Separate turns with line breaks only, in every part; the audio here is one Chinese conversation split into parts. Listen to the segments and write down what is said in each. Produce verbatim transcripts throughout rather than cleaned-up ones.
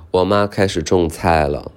我妈开始种菜了。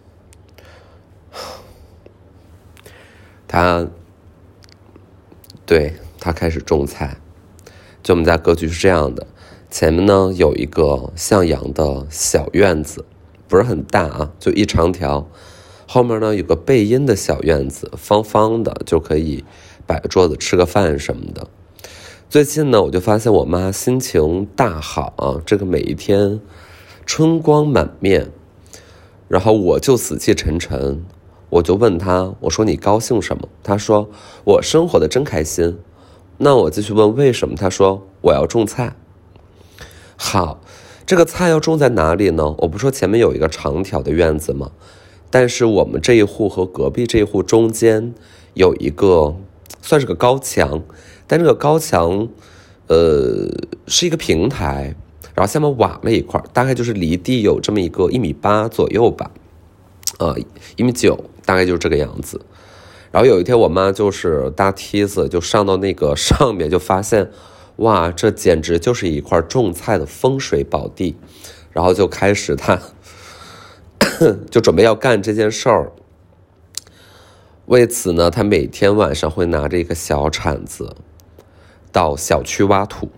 她，对，她开始种菜。就我们家格局是这样的，前面呢有一个向阳的小院子，不是很大啊，就一长条。后面呢有个背阴的小院子，方方的，就可以摆个桌子吃个饭什么的。最近呢，我就发现我妈心情大好啊，这个每一天春光满面，然后我就死气沉沉。我就问她，我说你高兴什么？她说我生活的真开心。那我继续问为什么？她说我要种菜。好，这个菜要种在哪里呢？我不说前面有一个长条的院子吗？但是我们这一户和隔壁这一户中间有一个算是个高墙，但这个高墙呃是一个平台，然后下面瓦了一块，大概就是离地有这么一个一米八左右吧，呃一米九，大概就是这个样子。然后有一天我妈就是搭梯子就上到那个上面，就发现哇，这简直就是一块种菜的风水宝地，然后就开始她就准备要干这件事儿。为此呢，他每天晚上会拿着一个小铲子到小区挖土。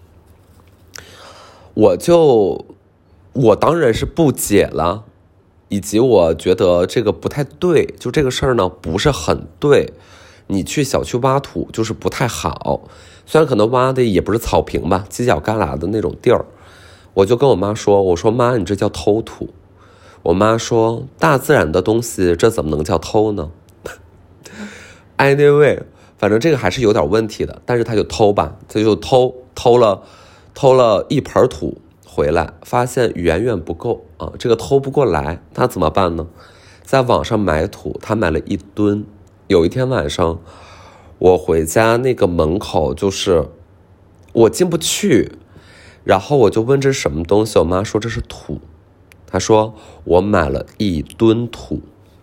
我就我当然是不解了，以及我觉得这个不太对，就这个事儿呢不是很对，你去小区挖土就是不太好。虽然可能挖的也不是草坪吧，犄角旮旯的那种地儿。我就跟我妈说，我说妈，你这叫偷土。我妈说大自然的东西这怎么能叫偷呢？Anyway， 反正这个还是有点问题的，但是他就偷吧，他就偷偷了偷了一盆土回来，发现远远不够啊，这个偷不过来，他怎么办呢？在网上买土，他买了一吨。有一天晚上，我回家那个门口就是我进不去，然后我就问这是什么东西，我妈说这是土。她说我买了一吨土。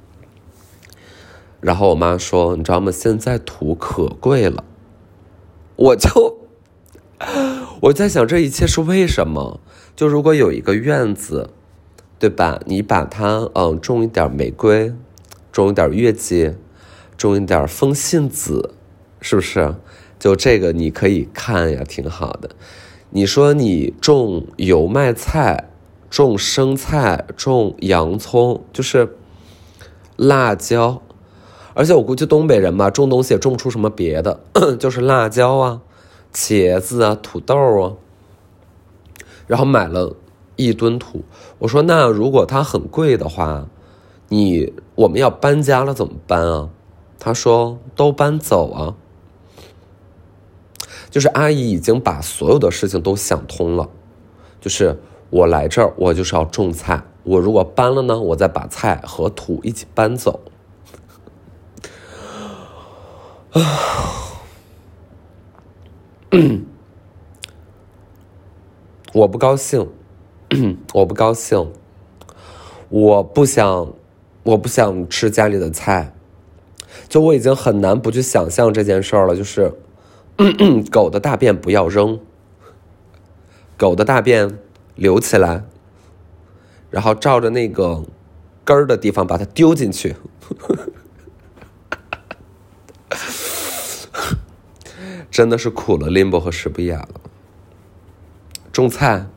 然后我妈说你知道吗，现在土可贵了。我就我在想这一切是为什么。就如果有一个院子对吧，你把它嗯种一点玫瑰，种一点月季，种一点风信子，是不是就这个你可以看呀，挺好的。你说你种油麦菜，种生菜，种洋葱，就是辣椒，而且我估计东北人嘛，种东西也种不出什么别的，就是辣椒啊、茄子啊、土豆啊。然后买了一吨土，我说那如果它很贵的话，你我们要搬家了怎么搬啊？他说都搬走啊。就是阿姨已经把所有的事情都想通了，就是我来这儿我就是要种菜，我如果搬了呢，我再把菜和土一起搬走。我不高兴，我不高兴，我不想，我不想吃家里的菜。就我已经很难不去想象这件事儿了，就是咳咳狗的大便不要扔，狗的大便留起来，然后照着那个根儿的地方把它丢进去。真的是苦了林博和史不雅了。种菜，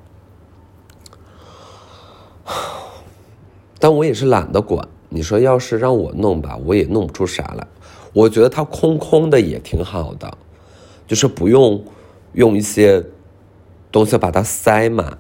但我也是懒得管。你说要是让我弄吧，我也弄不出啥来。我觉得它空空的也挺好的，就是不用用一些东西把它塞满，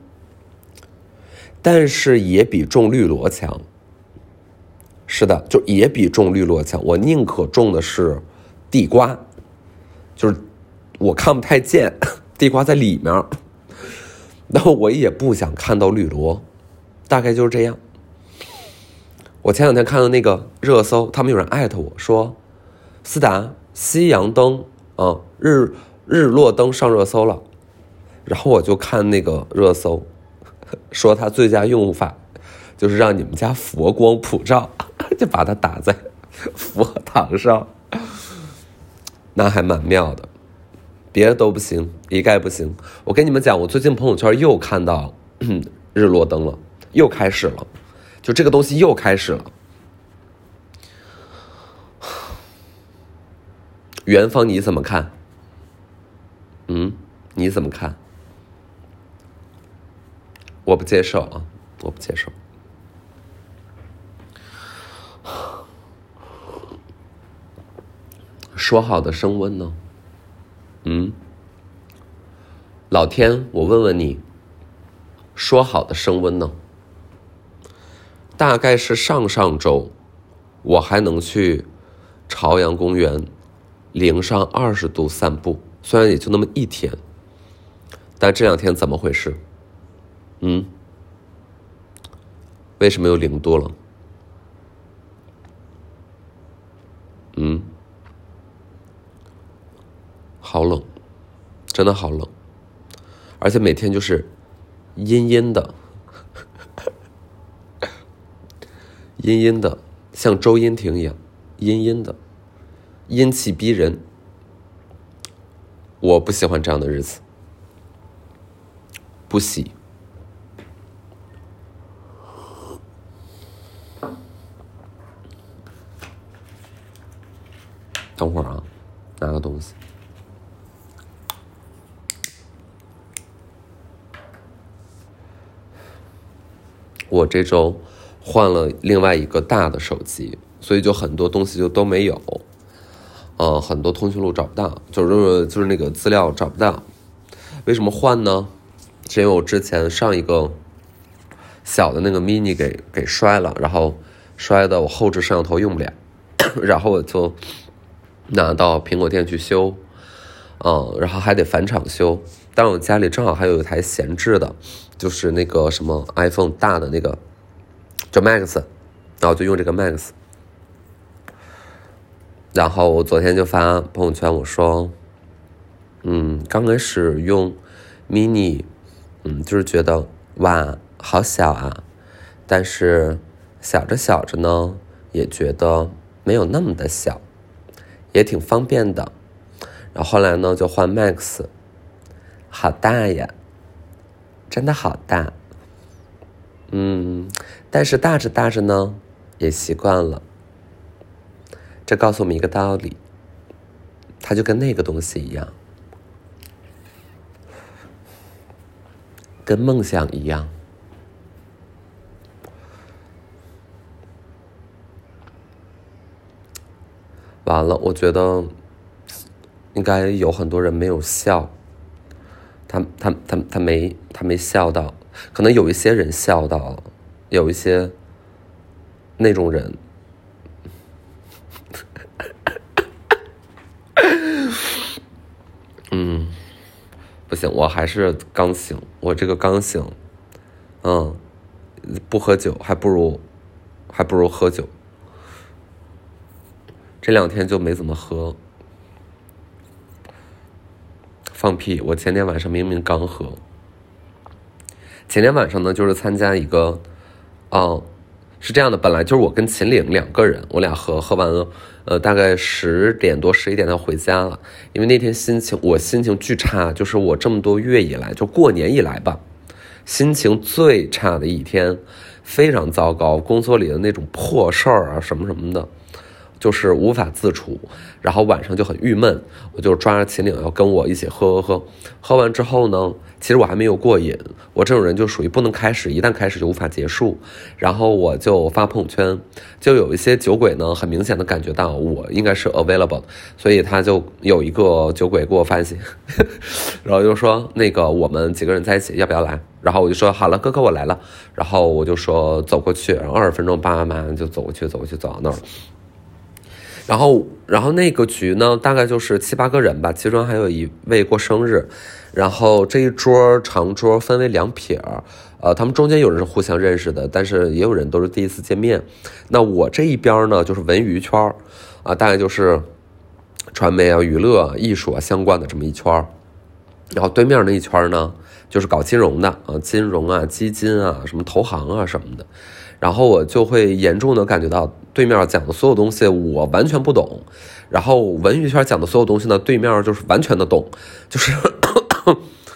但是也比种绿萝强。是的，就也比种绿萝强。我宁可种的是地瓜，就是我看不太见，地瓜在里面，那我也不想看到绿萝，大概就是这样。我前两天看到那个热搜，他们有人艾特我说，思达夕阳灯啊，日日落灯上热搜了，然后我就看那个热搜，说它最佳用法就是让你们家佛光普照，就把它打在佛堂上，那还蛮妙的。别的都不行，一概不行。我跟你们讲，我最近朋友圈又看到日落灯了， 又开始了，就这个东西又开始了。元芳你怎么看？嗯，你怎么看？我不接受啊，我不接受。说好的升温呢？嗯，老天，我问问你，说好的升温呢？大概是上上周，我还能去朝阳公园零上二十度散步，虽然也就那么一天，但这两天怎么回事？嗯，为什么又零度了？嗯，好冷，真的好冷，而且每天就是阴阴的，阴阴的，像周阴亭一样，阴阴的，阴气逼人。我不喜欢这样的日子，不喜。等会儿啊，拿个东西。我这周换了另外一个大的手机，所以就很多东西就都没有，呃，很多通讯录找不到，就是就是那个资料找不到。为什么换呢？是因为我之前上一个小的那个 mini 给给摔了，然后摔的我后置摄像头用不了，然后我就拿到苹果店去修，嗯，然后还得返厂修。但我家里正好还有一台闲置的，就是那个什么 iPhone 大的那个叫 Max， 然后就用这个 Max。然后我昨天就发朋友圈，我说，嗯，刚开始用 mini， 嗯，就是觉得哇，好小啊，但是小着小着呢，也觉得没有那么的小，也挺方便的。然后后来呢，就换 Max， 好大呀，真的好大。嗯，但是大着大着呢，也习惯了。这告诉我们一个道理，它就跟那个东西一样，跟梦想一样。完了，我觉得应该有很多人没有笑，他他他他没他没笑到，可能有一些人笑到了，有一些那种人。嗯，不行，我还是刚醒，我这个刚醒，嗯，不喝酒还不如还不如喝酒。这两天就没怎么喝。放屁，我前天晚上明明刚喝。前天晚上呢，就是参加一个，哦，是这样的，本来就是我跟秦岭两个人，我俩喝，喝完了，呃，大概十点多、十一点就回家了。因为那天心情，我心情巨差，就是我这么多月以来，就过年以来吧，心情最差的一天，非常糟糕，工作里的那种破事儿啊，什么什么的。就是无法自处，然后晚上就很郁闷，我就抓着秦岭要跟我一起喝喝喝，喝完之后呢，其实我还没有过瘾，我这种人就属于不能开始，一旦开始就无法结束，然后我就发朋友圈，就有一些酒鬼呢，很明显的感觉到我应该是 available， 所以他就有一个酒鬼给我发信息，然后就说那个我们几个人在一起要不要来？然后我就说好了，哥哥我来了，然后我就说走过去，然后二十分钟叭叭叭就走过去，走过去走到那儿。然后，然后那个局呢，大概就是七八个人吧，其中还有一位过生日。然后这一桌长桌分为两撇儿，呃，他们中间有人是互相认识的，但是也有人都是第一次见面。那我这一边呢，就是文娱圈啊、呃，大概就是传媒啊、娱乐啊、艺术啊相关的这么一圈。然后对面那一圈呢，就是搞金融的啊，金融啊、基金啊、什么投行啊什么的。然后我就会严重的感觉到对面讲的所有东西我完全不懂，然后文娱圈讲的所有东西呢，对面就是完全的懂，就是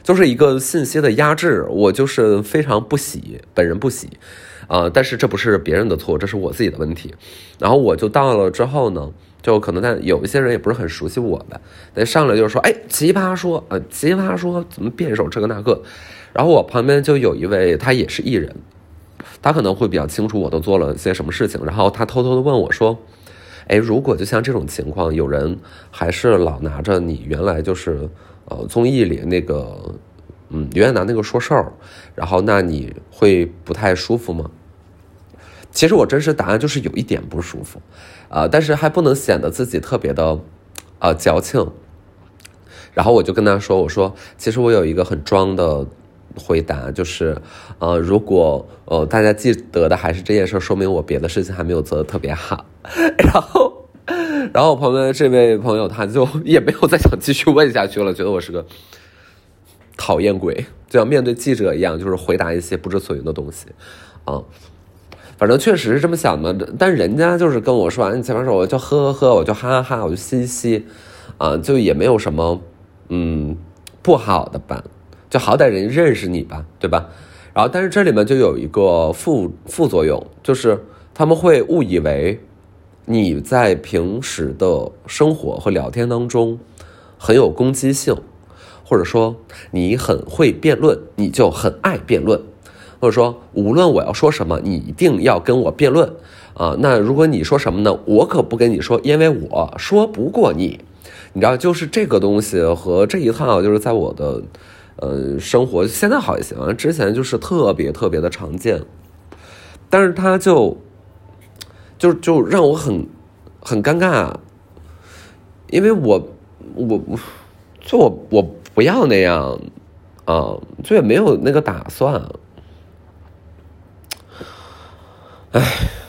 就是一个信息的压制，我就是非常不喜，本人不喜，啊、呃，但是这不是别人的错，这是我自己的问题。然后我就到了之后呢，就可能但有一些人也不是很熟悉我的，但上来就是说，哎，奇葩说，呃，奇葩说怎么辩手这个那个，然后我旁边就有一位，他也是艺人，他可能会比较清楚我都做了些什么事情，然后他偷偷的问我说，哎，如果就像这种情况，有人还是老拿着你原来就是呃综艺里那个，嗯，原来拿那个说事儿，然后那你会不太舒服吗？其实我真实答案就是有一点不舒服，啊、呃，但是还不能显得自己特别的，呃，矫情。然后我就跟他说，我说其实我有一个很装的回答，就是呃，如果呃大家记得的还是这件事，说明我别的事情还没有做得特别好。然后。然后我旁边的这位朋友他就也没有再想继续问下去了，觉得我是个讨厌鬼，就像面对记者一样，就是回答一些不知所云的东西啊。反正确实是这么想的，但人家就是跟我说完前面说，我就呵呵呵，我就哈哈哈，我就嘻嘻啊，就也没有什么嗯不好的吧，就好歹人认识你吧，对吧？然后但是这里面就有一个副副作用，就是他们会误以为你在平时的生活和聊天当中很有攻击性，或者说你很会辩论，你就很爱辩论，或者说无论我要说什么你一定要跟我辩论啊、呃。那如果你说什么呢，我可不跟你说，因为我说不过你。你知道，就是这个东西和这一套就是在我的呃生活现在好一些，之前就是特别特别的常见，但是它就就就让我很很尴尬，因为我我就我我不要那样啊，就也没有那个打算。唉，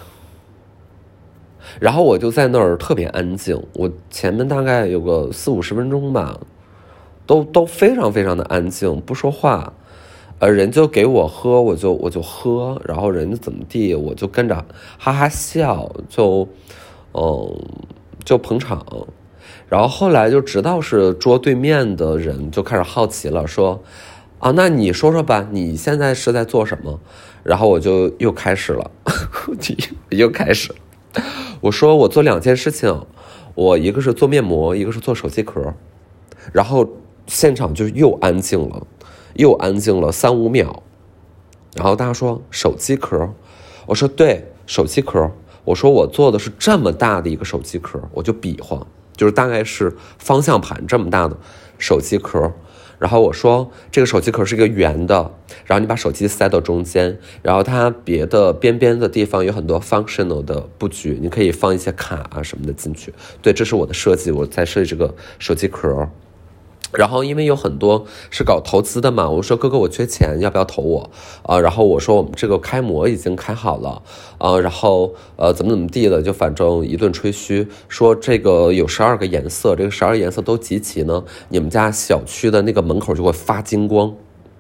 然后我就在那儿特别安静，我前面大概有个四五十分钟吧，都都非常非常的安静，不说话。呃，人就给我喝，我就我就喝，然后人家怎么地，我就跟着哈哈笑，就，嗯，就捧场。然后后来就直到是桌对面的人就开始好奇了，说，啊，那你说说吧，你现在是在做什么？然后我就又开始了，又开始了。我说我做两件事情，我一个是做面膜，一个是做手机壳。然后现场就又安静了。又安静了三五秒，然后大家说手机壳，我说对，手机壳，我说我做的是这么大的一个手机壳，我就比划，就是大概是方向盘这么大的手机壳，然后我说这个手机壳是一个圆的，然后你把手机塞到中间，然后它别的边边的地方有很多 functional 的布局，你可以放一些卡啊什么的进去，对，这是我的设计，我在设计这个手机壳。然后因为有很多是搞投资的嘛，我说哥哥我缺钱，要不要投我啊、呃？然后我说我们这个开模已经开好了啊、呃，然后呃怎么怎么地的，就反正一顿吹嘘，说这个有十二个颜色，这个十二颜色都集齐呢，你们家小区的那个门口就会发金光，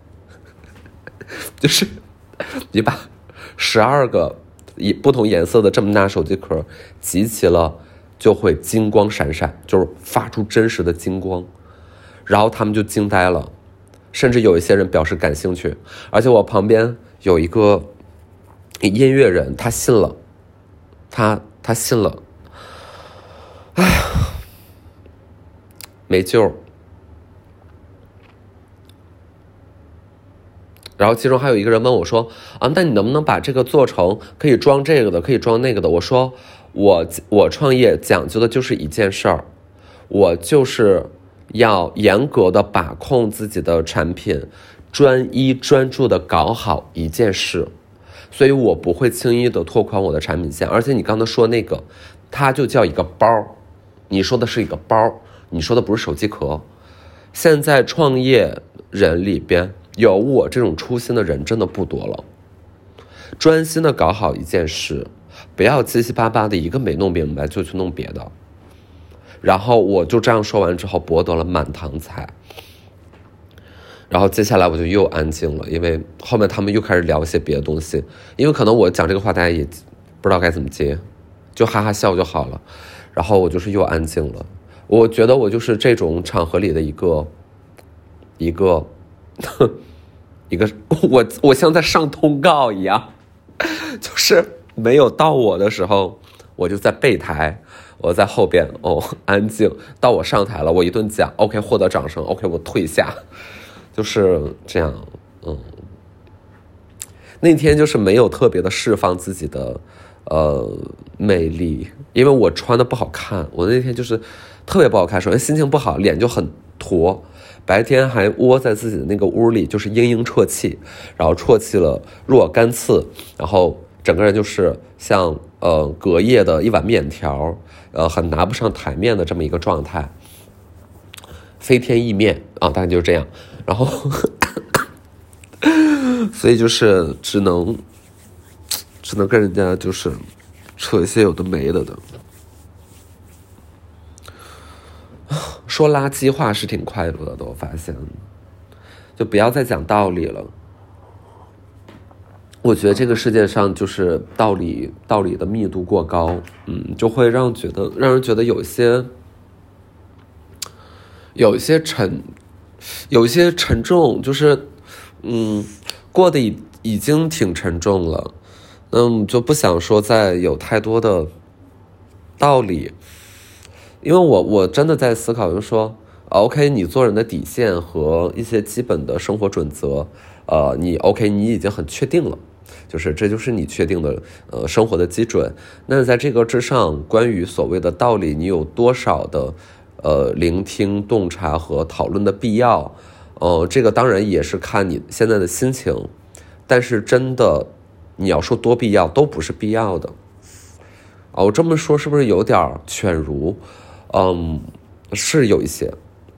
就是你把十二个以不同颜色的这么大手机壳集齐了，就会金光闪闪，就是发出真实的金光。然后他们就惊呆了，甚至有一些人表示感兴趣，而且我旁边有一个音乐人，他信了，他他信了，哎呀，没救。然后其中还有一个人问我说啊，那你能不能把这个做成可以装这个的，可以装那个的？我说我我创业讲究的就是一件事儿，我就是要严格的把控自己的产品，专一专注的搞好一件事，所以我不会轻易的拓宽我的产品线。而且你刚才说那个，它就叫一个包，你说的是一个包，你说的不是手机壳。现在创业人里边有我这种初心的人真的不多了，专心的搞好一件事，不要七七八八的一个没弄明白就去弄别的。然后我就这样说完之后博得了满堂彩，然后接下来我就又安静了，因为后面他们又开始聊一些别的东西，因为可能我讲这个话大家也不知道该怎么接，就哈哈笑就好了。然后我就是又安静了，我觉得我就是这种场合里的一个一个一个我我像在上通告一样，就是没有到我的时候，我就在备台，我在后边哦安静，到我上台了，我一顿讲 ，OK 获得掌声 ，OK 我退下，就是这样，嗯。那天就是没有特别的释放自己的呃魅力，因为我穿的不好看，我那天就是特别不好看，首先心情不好，脸就很驼，白天还窝在自己的那个屋里，就是嘤嘤啜泣，然后啜泣了若干次，然后整个人就是像呃隔夜的一碗面条，呃很拿不上台面的这么一个状态，飞天意面啊，大概就是这样，然后所以就是只能只能跟人家就是扯一些有的没的的，说垃圾话是挺快乐的，我发现，就不要再讲道理了。我觉得这个世界上就是道理道理的密度过高，嗯，就会让觉得让人觉得有些有一些沉有一些沉重，就是嗯过得已已经挺沉重了，嗯，就不想说再有太多的道理，因为我我真的在思考，就是说 ，OK， 你做人的底线和一些基本的生活准则，呃，你 OK， 你已经很确定了，就是这就是你确定的呃生活的基准。那在这个之上，关于所谓的道理，你有多少的呃聆听、洞察和讨论的必要？呃，这个当然也是看你现在的心情，但是真的你要说多必要，都不是必要的。哦，我这么说是不是有点犬儒？嗯，是有一些。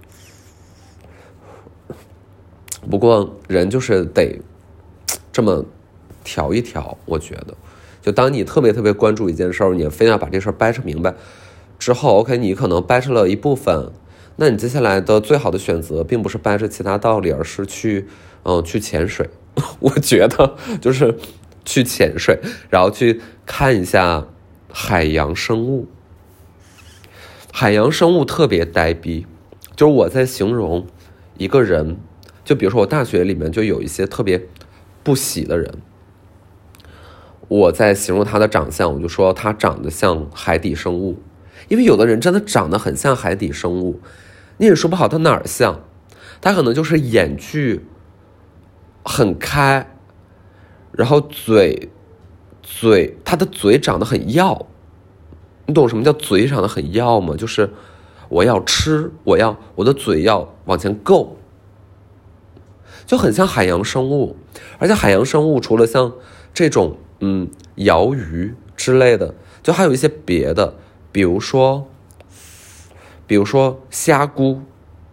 不过人就是得这么调一调，我觉得，就当你特别特别关注一件事儿，你非要把这事儿掰扯明白之后 ，OK， 你可能掰扯了一部分，那你接下来的最好的选择，并不是掰扯其他道理，而是去嗯、呃、去潜水。我觉得就是去潜水，然后去看一下海洋生物。海洋生物特别呆逼，就是我在形容一个人，就比如说我大学里面就有一些特别不喜的人，我在形容他的长相，我就说他长得像海底生物，因为有的人真的长得很像海底生物，你也说不好他哪儿像，他可能就是眼距很开，然后嘴嘴他的嘴长得很要，你懂什么叫嘴长得很要吗？就是我要吃，我要我的嘴要往前够，就很像海洋生物。而且海洋生物除了像这种嗯鳐鱼之类的，就还有一些别的，比如说比如说虾菇，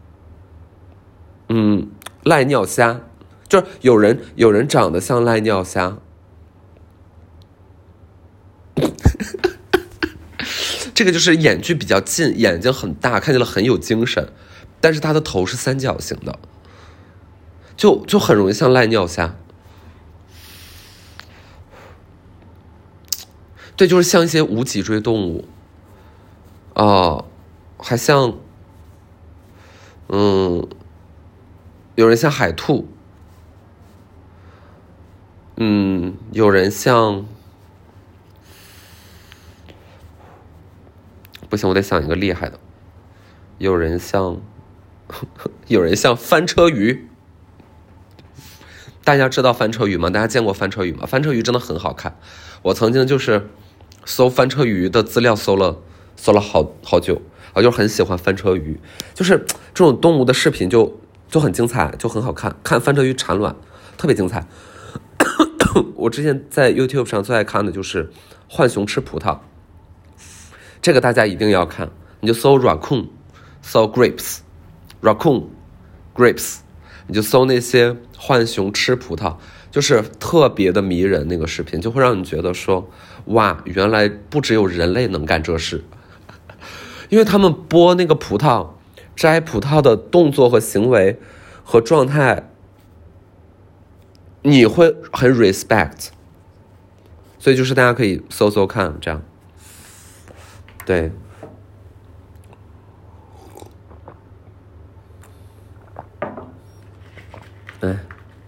嗯赖尿虾，就是有人有人长得像赖尿虾。这个就是眼距比较近，眼睛很大，看起来很有精神，但是他的头是三角形的，就就很容易像赖尿虾。对，就是像一些无脊椎动物啊、呃，还像嗯，有人像海兔，嗯，有人像。不行，我得想一个厉害的。有人像，有人像翻车鱼。大家知道翻车鱼吗？大家见过翻车鱼吗？翻车鱼真的很好看。我曾经就是搜翻车鱼的资料，搜了搜了好好久，我就很喜欢翻车鱼。就是这种动物的视频就就很精彩，就很好看。看翻车鱼产卵特别精彩。我之前在 YouTube 上最爱看的就是浣熊吃葡萄。这个大家一定要看，你就搜 raccoon， 搜 grapes， raccoon grapes， 你就搜那些浣熊吃葡萄，就是特别的迷人。那个视频就会让你觉得说，哇，原来不只有人类能干这事，因为他们剥那个葡萄、摘葡萄的动作和行为和状态，你会很 respect。所以就是大家可以搜搜看，这样。对， 哎，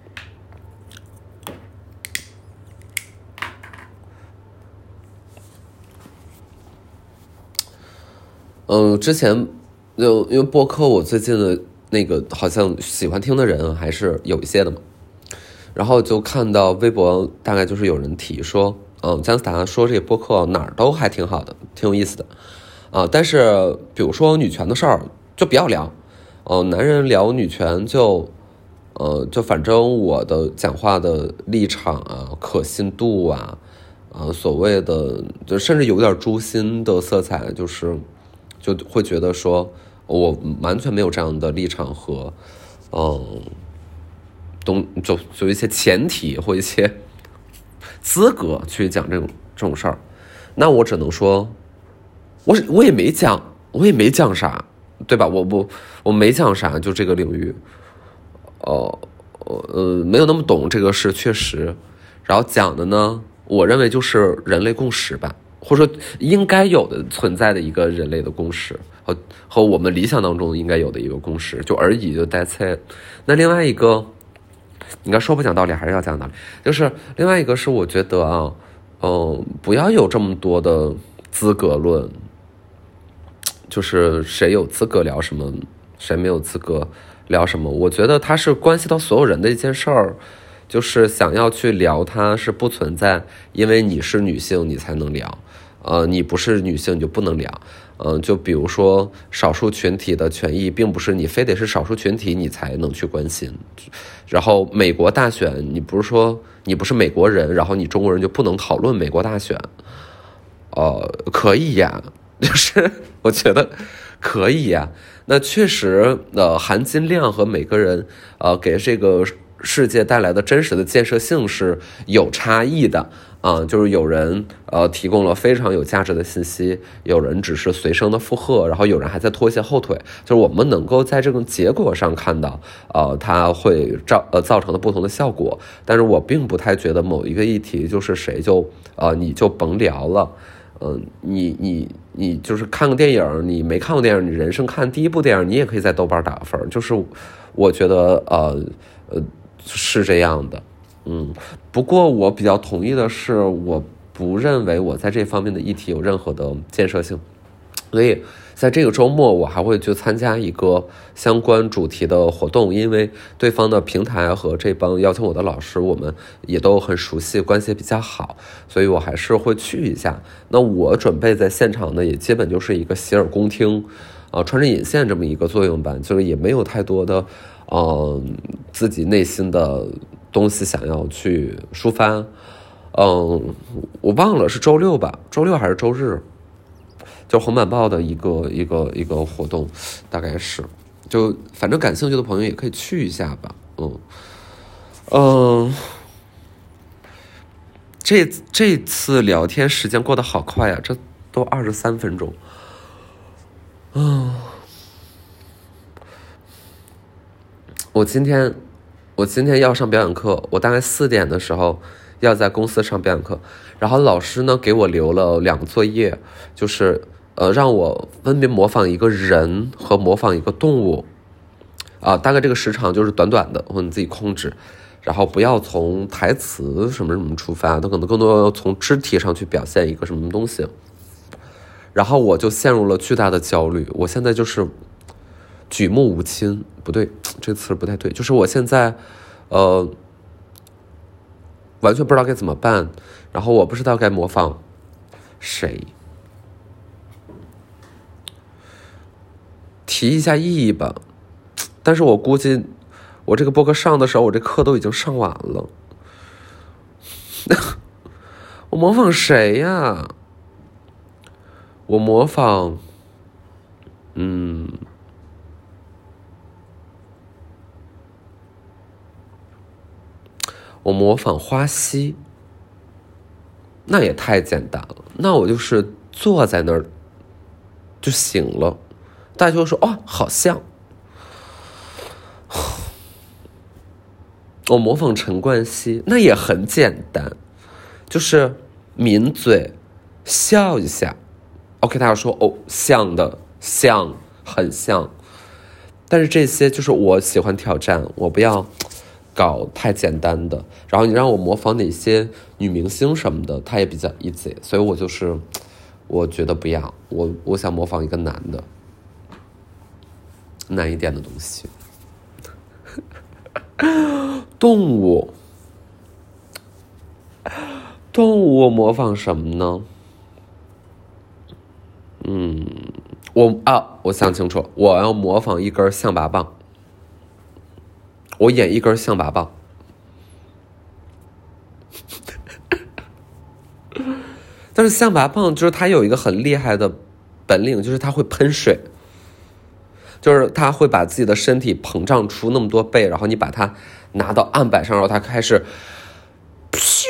嗯，之前就因为播客，我最近的那个好像喜欢听的人还是有一些的嘛。然后就看到微博，大概就是有人提说，嗯，姜思达说这个播客哪儿都还挺好的，挺有意思的，啊，但是比如说女权的事儿就不要聊，呃，男人聊女权就，呃，就反正我的讲话的立场啊、可信度啊，呃，所谓的就甚至有点诛心的色彩，就是就会觉得说我完全没有这样的立场和，嗯。东就就一些前提或一些资格去讲这种这种事儿，那我只能说，我我也没讲，我也没讲啥，对吧？我我我没讲啥，就这个领域，哦呃没有那么懂这个事，确实。然后讲的呢，我认为就是人类共识吧，或者说应该有的存在的一个人类的共识，和和我们理想当中应该有的一个共识，就而已，就 that's it。那另外一个。应该说不讲道理还是要讲道理，就是另外一个是我觉得啊，嗯、呃，不要有这么多的资格论，就是谁有资格聊什么，谁没有资格聊什么。我觉得它是关系到所有人的一件事儿，就是想要去聊它是不存在，因为你是女性你才能聊，呃，你不是女性你就不能聊。嗯、呃，就比如说少数群体的权益，并不是你非得是少数群体你才能去关心。然后美国大选，你不是说你不是美国人，然后你中国人就不能讨论美国大选？呃，可以呀，就是我觉得可以呀。那确实，呃，含金量和每个人呃给这个世界带来的真实的建设性是有差异的啊、呃，就是有人呃提供了非常有价值的信息，有人只是随声的附和，然后有人还在拖一些后腿，就是我们能够在这种结果上看到，呃，它会造呃造成的不同的效果。但是我并不太觉得某一个议题就是谁就呃你就甭聊了。嗯、呃，你你你就是看个电影，你没看过电影，你人生看第一部电影，你也可以在豆瓣打个分。就是我觉得呃呃是这样的，嗯。不过我比较同意的是，我不认为我在这方面的议题有任何的建设性，所以在这个周末我还会去参加一个相关主题的活动，因为对方的平台和这帮邀请我的老师我们也都很熟悉，关系比较好，所以我还是会去一下。那我准备在现场呢，也基本就是一个洗耳恭听呃，穿针引线这么一个作用吧，就是也没有太多的嗯、呃、自己内心的东西想要去抒发。嗯，我忘了是周六吧，周六还是周日，就红板报的一个一个一个活动，大概是，就反正感兴趣的朋友也可以去一下吧。嗯嗯，这这次聊天时间过得好快呀，这都二十三分钟。嗯，我今天我今天要上表演课，我大概四点的时候要在公司上表演课，然后老师呢给我留了两个作业，就是呃让我分别模仿一个人和模仿一个动物，啊、呃，大概这个时长就是短短的，或你自己控制，然后不要从台词什么什么出发，它可能更多要从肢体上去表现一个什么东西。然后我就陷入了巨大的焦虑，我现在就是举目无亲，不对，这个词不太对，就是我现在呃完全不知道该怎么办，然后我不知道该模仿谁，提一下意义吧。但是我估计我这个播客上的时候，我这课都已经上完了。我模仿谁呀？我模仿，嗯，我模仿花溪，那也太简单了。那我就是坐在那儿就行了，大家就说哦，好像。我模仿陈冠希，那也很简单，就是抿嘴笑一下。OK， 大家说哦，像的像，很像。但是这些就是我喜欢挑战，我不要搞太简单的，然后你让我模仿哪些女明星什么的，它也比较 easy， 所以我就是我觉得不要，我我想模仿一个男的，难一点的东西。动物，动物模仿什么呢？嗯，我啊，我想清楚，我要模仿一根象拔蚌，我演一根象拔蚌。但是象拔蚌就是它有一个很厉害的本领，就是它会喷水，就是它会把自己的身体膨胀出那么多倍，然后你把它拿到案板上，然后它开始噗，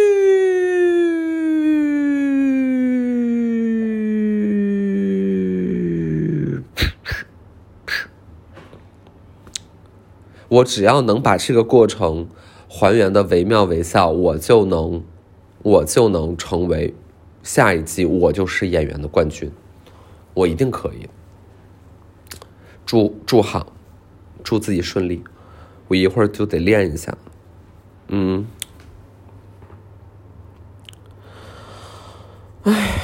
我只要能把这个过程还原的惟妙惟肖，我就能我就能成为下一季我就是演员的冠军，我一定可以。祝祝好，祝自己顺利，我一会儿就得练一下。嗯，唉，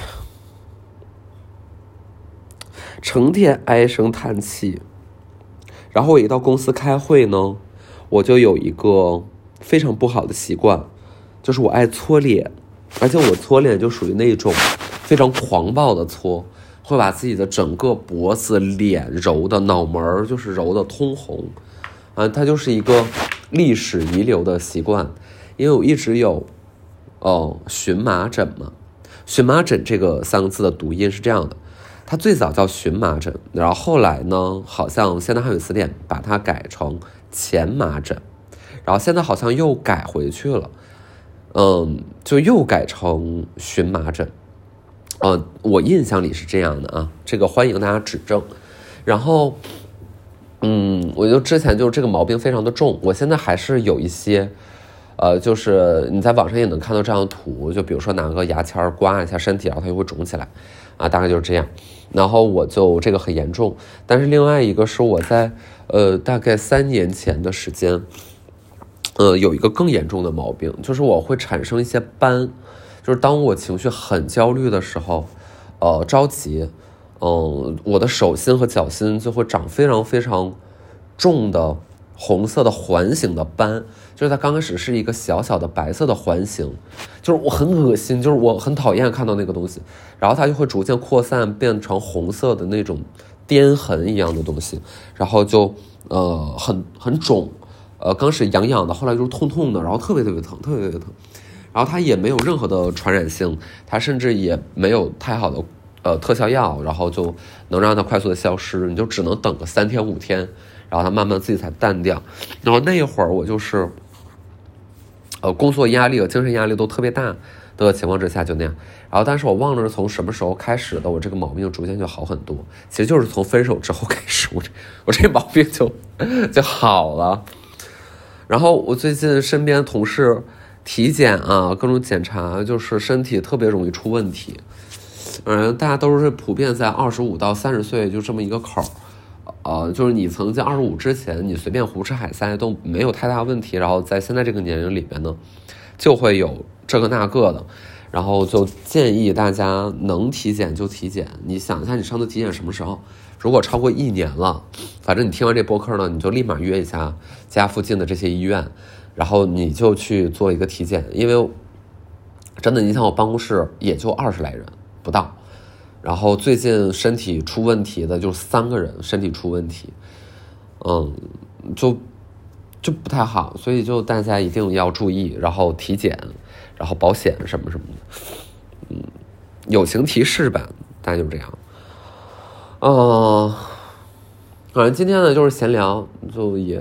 成天唉声叹气。然后我一到公司开会呢，我就有一个非常不好的习惯，就是我爱搓脸，而且我搓脸就属于那种非常狂暴的搓，会把自己的整个脖子、脸揉的，脑门就是揉的通红，啊，它就是一个历史遗留的习惯，因为我一直有，哦，荨麻疹嘛，荨麻疹这个三个字的读音是这样的。它最早叫荨麻疹，然后后来呢，好像现代汉语词典把它改成前麻疹，然后现在好像又改回去了，嗯，就又改成荨麻疹，呃，我印象里是这样的啊，这个欢迎大家指正。然后，嗯，我就之前就这个毛病非常的重，我现在还是有一些。呃，就是你在网上也能看到这样的图，就比如说拿个牙签刮一下身体，然后它就会肿起来，啊，大概就是这样。然后我就这个很严重，但是另外一个是我在呃大概三年前的时间，呃有一个更严重的毛病，就是我会产生一些斑，就是当我情绪很焦虑的时候，呃着急，嗯、呃，我的手心和脚心就会长非常非常重的红色的环形的斑。就是它刚开始是一个小小的白色的环形，就是我很恶心，就是我很讨厌看到那个东西，然后它就会逐渐扩散变成红色的那种颠痕一样的东西，然后就呃很很肿，呃刚开始痒痒的，后来就是痛痛的，然后特别特别疼，特别特别疼，然后它也没有任何的传染性，它甚至也没有太好的呃特效药，然后就能让它快速的消失，你就只能等个三天五天，然后它慢慢自己才淡掉。然后那一会儿我就是呃，工作压力和精神压力都特别大的情况之下就那样，然后但是我忘了是从什么时候开始的，我这个毛病逐渐就好很多，其实就是从分手之后开始，我这我这毛病就就好了。然后我最近身边同事体检啊，各种检查，就是身体特别容易出问题，嗯，大家都是普遍在二十五到三十岁就这么一个口。呃，就是你曾经二十五之前，你随便胡吃海塞都没有太大问题，然后在现在这个年龄里面呢，就会有这个那个的，然后就建议大家能体检就体检。你想一下，你上次体检什么时候？如果超过一年了，反正你听完这播客呢，你就立马约一下家附近的这些医院，然后你就去做一个体检。因为真的，你想我办公室也就二十来人不到。然后最近身体出问题的就三个人身体出问题，嗯，就就不太好，所以就大家一定要注意，然后体检，然后保险什么什么的，嗯，友情提示吧，大概就这样。嗯、呃，反正今天呢就是闲聊，就也，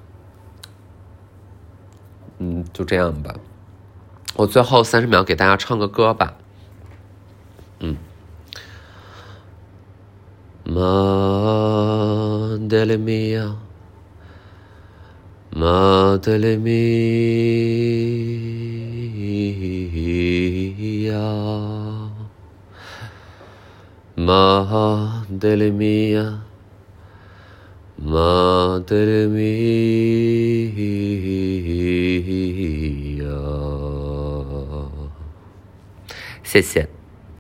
嗯，就这样吧。我最后三十秒给大家唱个歌吧，嗯。Madre mía, madre mía, madre mía, 玛德雷米呀，谢谢。